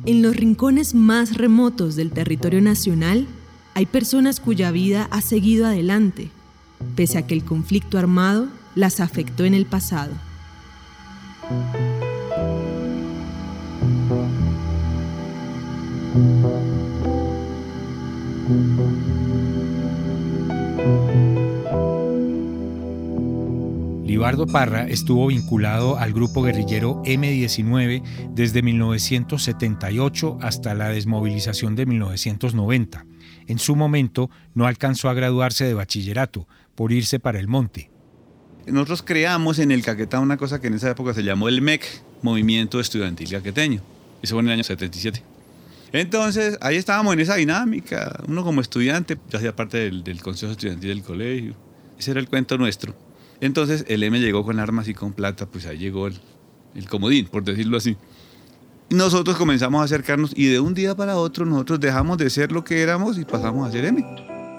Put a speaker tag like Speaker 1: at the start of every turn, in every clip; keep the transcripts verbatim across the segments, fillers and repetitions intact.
Speaker 1: En los rincones más remotos del territorio nacional, hay personas cuya vida ha seguido adelante, pese a que el conflicto armado las afectó en el pasado.
Speaker 2: Libardo Parra estuvo vinculado al grupo guerrillero eme diecinueve desde mil novecientos setenta y ocho hasta la desmovilización de mil novecientos noventa. En su momento no alcanzó a graduarse de bachillerato por irse para el monte.
Speaker 3: Nosotros creamos en el Caquetá una cosa que en esa época se llamó el M E C, Movimiento Estudiantil Caqueteño. Eso fue en el año setenta y siete. Entonces, ahí estábamos en esa dinámica. Uno como estudiante, yo hacía parte del, del consejo estudiantil del colegio. Ese era el cuento nuestro. Entonces, el M llegó con armas y con plata, pues ahí llegó el, el comodín, por decirlo así. Nosotros comenzamos a acercarnos y de un día para otro nosotros dejamos de ser lo que éramos y pasamos a ser M.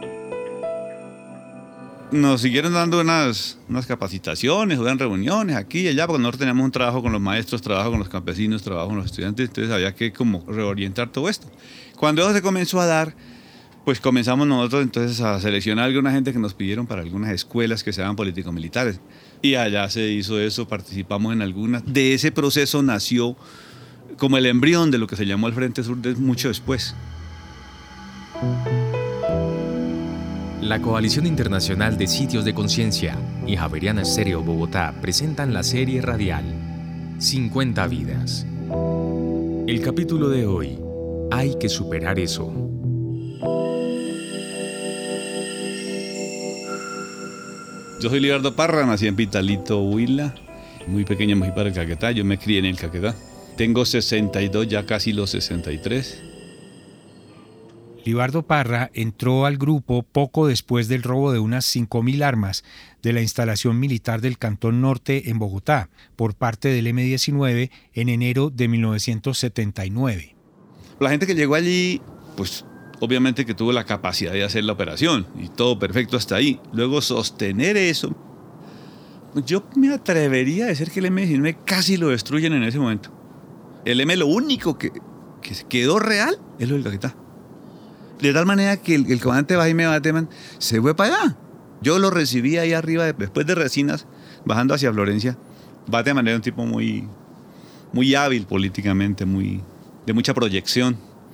Speaker 3: Nos siguieron dando unas, unas capacitaciones, unas reuniones aquí y allá, porque nosotros teníamos un trabajo con los maestros, trabajo con los campesinos, trabajo con los estudiantes, entonces había que como reorientar todo esto. Cuando eso se comenzó a dar, pues comenzamos nosotros entonces a seleccionar a alguna gente que nos pidieron para algunas escuelas que se llaman político-militares. Y allá se hizo eso, participamos en algunas. De ese proceso nació como el embrión de lo que se llamó el Frente Sur de mucho después.
Speaker 4: La Coalición Internacional de Sitios de Conciencia y Javeriana Estéreo Bogotá presentan la serie radial cincuenta vidas. El capítulo de hoy, Hay que superar eso.
Speaker 3: Yo soy Libardo Parra, nací en Pitalito, Huila, muy pequeño me fui para el Caquetá, yo me crié en el Caquetá. Tengo sesenta y dos, ya casi los sesenta y tres.
Speaker 2: Libardo Parra entró al grupo poco después del robo de unas cinco mil armas de la instalación militar del Cantón Norte en Bogotá por parte del eme diecinueve en enero de mil novecientos setenta y nueve.
Speaker 3: La gente que llegó allí, pues obviamente que tuvo la capacidad de hacer la operación y todo perfecto hasta ahí. Luego sostener eso, yo me atrevería a decir que el eme diecinueve casi lo destruyen en ese momento. El M lo único que, que quedó real es lo del Caquetá. De tal manera que el, el comandante Jaime Bateman se fue para allá. Yo lo recibí ahí arriba, después de Resinas, bajando hacia Florencia. Bateman era un tipo muy, muy hábil políticamente, muy, de mucha proyección.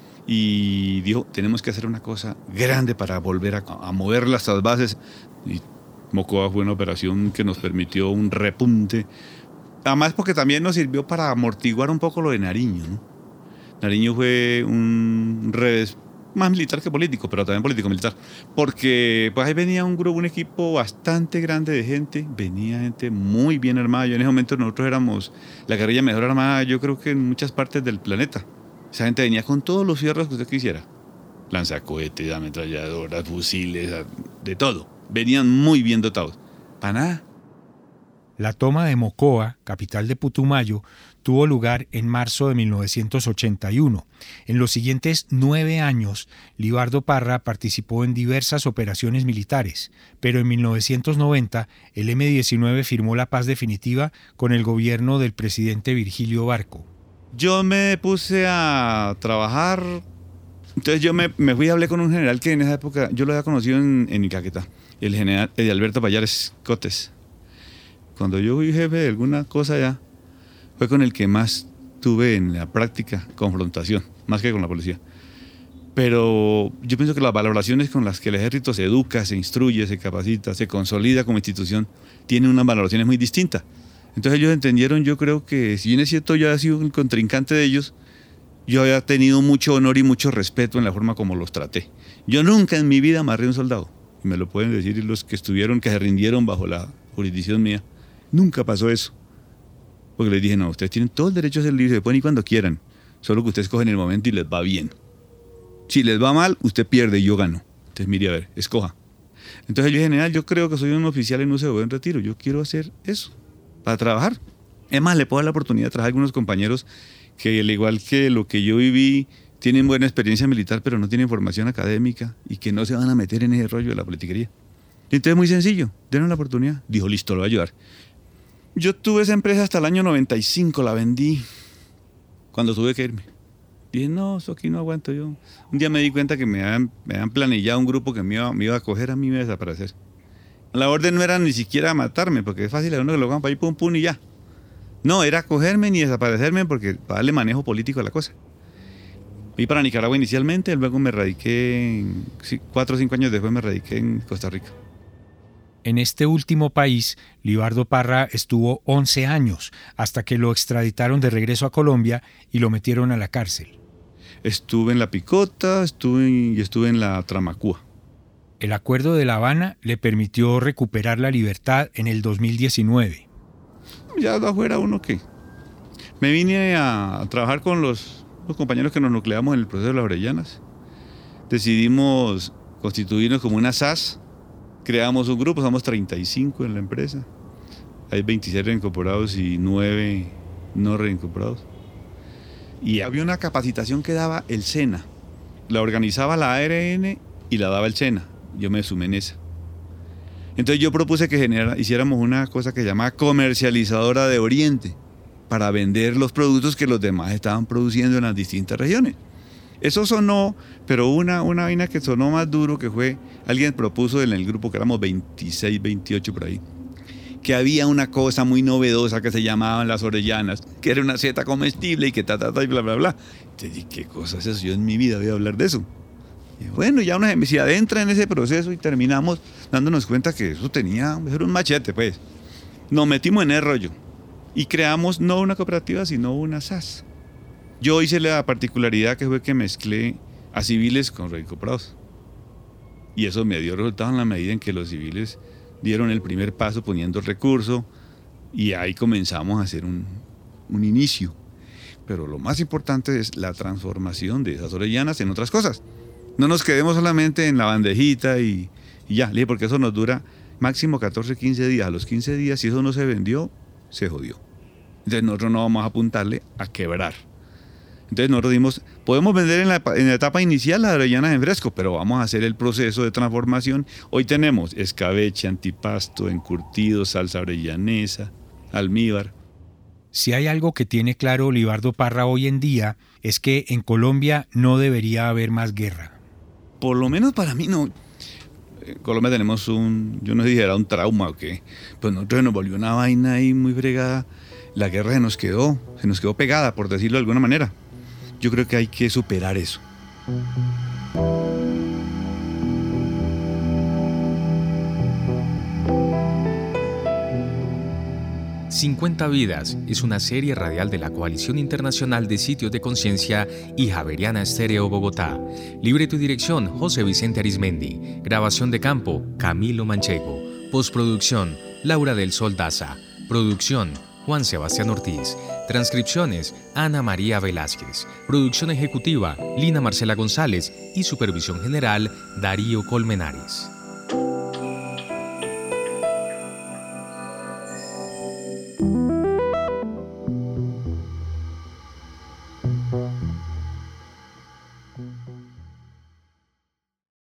Speaker 3: Y dijo, tenemos que hacer una cosa grande para volver a, a mover las bases. Y Mocoa fue una operación que nos permitió un repunte. Además porque también nos sirvió para amortiguar un poco lo de Nariño, ¿no? Nariño fue un revés más militar que político, pero también político-militar. Porque pues ahí venía un grupo, un equipo bastante grande de gente, venía gente muy bien armada. Yo en ese momento nosotros éramos la guerrilla mejor armada, yo creo que en muchas partes del planeta. Esa gente venía con todos los fierros que usted quisiera. Lanzacohetes, ametralladoras, fusiles, de todo. Venían muy bien dotados. Para nada.
Speaker 2: La toma de Mocoa, capital de Putumayo, tuvo lugar en marzo de mil novecientos ochenta y uno. En los siguientes nueve años, Libardo Parra participó en diversas operaciones militares, pero en mil novecientos noventa el eme diecinueve firmó la paz definitiva con el gobierno del presidente Virgilio Barco.
Speaker 3: Yo me puse a trabajar, entonces yo me, me fui y hablé con un general que en esa época yo lo había conocido en, en Caquetá, el general Alberto Payares Cotes. Cuando yo fui jefe de alguna cosa allá, fue con el que más tuve en la práctica confrontación, más que con la policía. Pero yo pienso que las valoraciones con las que el ejército se educa, se instruye, se capacita, se consolida como institución, tienen unas valoraciones muy distintas. Entonces ellos entendieron, yo creo que si bien es cierto yo había sido el contrincante de ellos, yo había tenido mucho honor y mucho respeto en la forma como los traté. Yo nunca en mi vida amarré a un soldado, y me lo pueden decir los que estuvieron, que se rindieron bajo la jurisdicción mía. Nunca pasó eso. Porque les dije, no, ustedes tienen todo el derecho a ser libres, se pueden ir cuando quieran, solo que ustedes cogen el momento y les va bien. Si les va mal, usted pierde y yo gano. Entonces mire, a ver, escoja. Entonces yo dije, general, yo creo que soy un oficial y no se voy en retiro, yo quiero hacer eso, para trabajar. Es más, le puedo dar la oportunidad de trabajar a algunos compañeros que, al igual que lo que yo viví, tienen buena experiencia militar, pero no tienen formación académica y que no se van a meter en ese rollo de la politiquería. Entonces, muy sencillo, denle la oportunidad. Dijo, listo, lo voy a ayudar. Yo tuve esa empresa hasta el año noventa y cinco, la vendí cuando tuve que irme. Dije, no, eso aquí no aguanto yo. Un día me di cuenta que me habían, me habían planillado un grupo que me iba, me iba a coger a mí y me iba a desaparecer. La orden no era ni siquiera matarme, porque es fácil a uno que lo hagan para ir pum pum y ya. No, era cogerme ni desaparecerme porque para darle manejo político a la cosa. Fui para Nicaragua inicialmente, luego me radiqué, en, sí, cuatro o cinco años después me radiqué en Costa Rica.
Speaker 2: En este último país, Libardo Parra estuvo once años, hasta que lo extraditaron de regreso a Colombia y lo metieron a la cárcel.
Speaker 3: Estuve en La Picota, estuve en, y estuve en la Tramacúa.
Speaker 2: El Acuerdo de La Habana le permitió recuperar la libertad en el dos mil diecinueve.
Speaker 3: Ya de afuera uno qué. Me vine a, a trabajar con los, los compañeros que nos nucleamos en el proceso de las Orellanas. Decidimos constituirnos como una S A S. Creamos un grupo, somos treinta y cinco en la empresa. Hay veintiséis reincorporados y nueve no reincorporados. Y había una capacitación que daba el SENA. La organizaba la A R N y la daba el SENA. Yo me sumé en esa. Entonces yo propuse que generara, hiciéramos una cosa que se llama comercializadora de Oriente para vender los productos que los demás estaban produciendo en las distintas regiones. Eso sonó, pero una, una vaina que sonó más duro que fue, alguien propuso en el grupo, que éramos veintiséis, veintiocho por ahí, que había una cosa muy novedosa que se llamaban las orellanas, que era una seta comestible y que ta, ta, ta, y bla, bla, bla. Entonces, ¿qué cosa es eso? Yo en mi vida voy a hablar de eso. Y bueno, ya uno se adentra en ese proceso y terminamos dándonos cuenta que eso tenía, era un machete, pues. Nos metimos en el rollo y creamos no una cooperativa, sino una S A S. Yo hice la particularidad que fue que mezclé a civiles con reincorporados. Y eso me dio resultado en la medida en que los civiles dieron el primer paso poniendo el recurso y ahí comenzamos a hacer un, un inicio. Pero lo más importante es la transformación de esas orellanas en otras cosas. No nos quedemos solamente en la bandejita y, y ya, porque eso nos dura máximo catorce, quince días. A los quince días, si eso no se vendió, se jodió. Entonces nosotros no vamos a apuntarle a quebrar. Entonces nosotros dimos, podemos vender en la, en la etapa inicial las orellanas en fresco, pero vamos a hacer el proceso de transformación. Hoy tenemos escabeche, antipasto, encurtido, salsa orellanesa, almíbar.
Speaker 2: Si hay algo que tiene claro Libardo Parra hoy en día, es que en Colombia no debería haber más guerra.
Speaker 3: Por lo menos para mí no. En Colombia tenemos un, yo no sé si era un trauma o qué, pues nosotros nos volvió una vaina ahí muy fregada. La guerra se nos quedó, se nos quedó pegada, por decirlo de alguna manera. Yo creo que hay que superar eso.
Speaker 4: cincuenta Vidas es una serie radial de la Coalición Internacional de Sitios de Conciencia y Javeriana Estéreo Bogotá. Libreto y dirección, José Vicente Arizmendi. Grabación de campo, Camilo Manchego. Postproducción, Laura del Sol Daza. Producción, Juan Sebastián Ortiz. Transcripciones, Ana María Velázquez. Producción ejecutiva, Lina Marcela González. Y supervisión general, Darío Colmenares.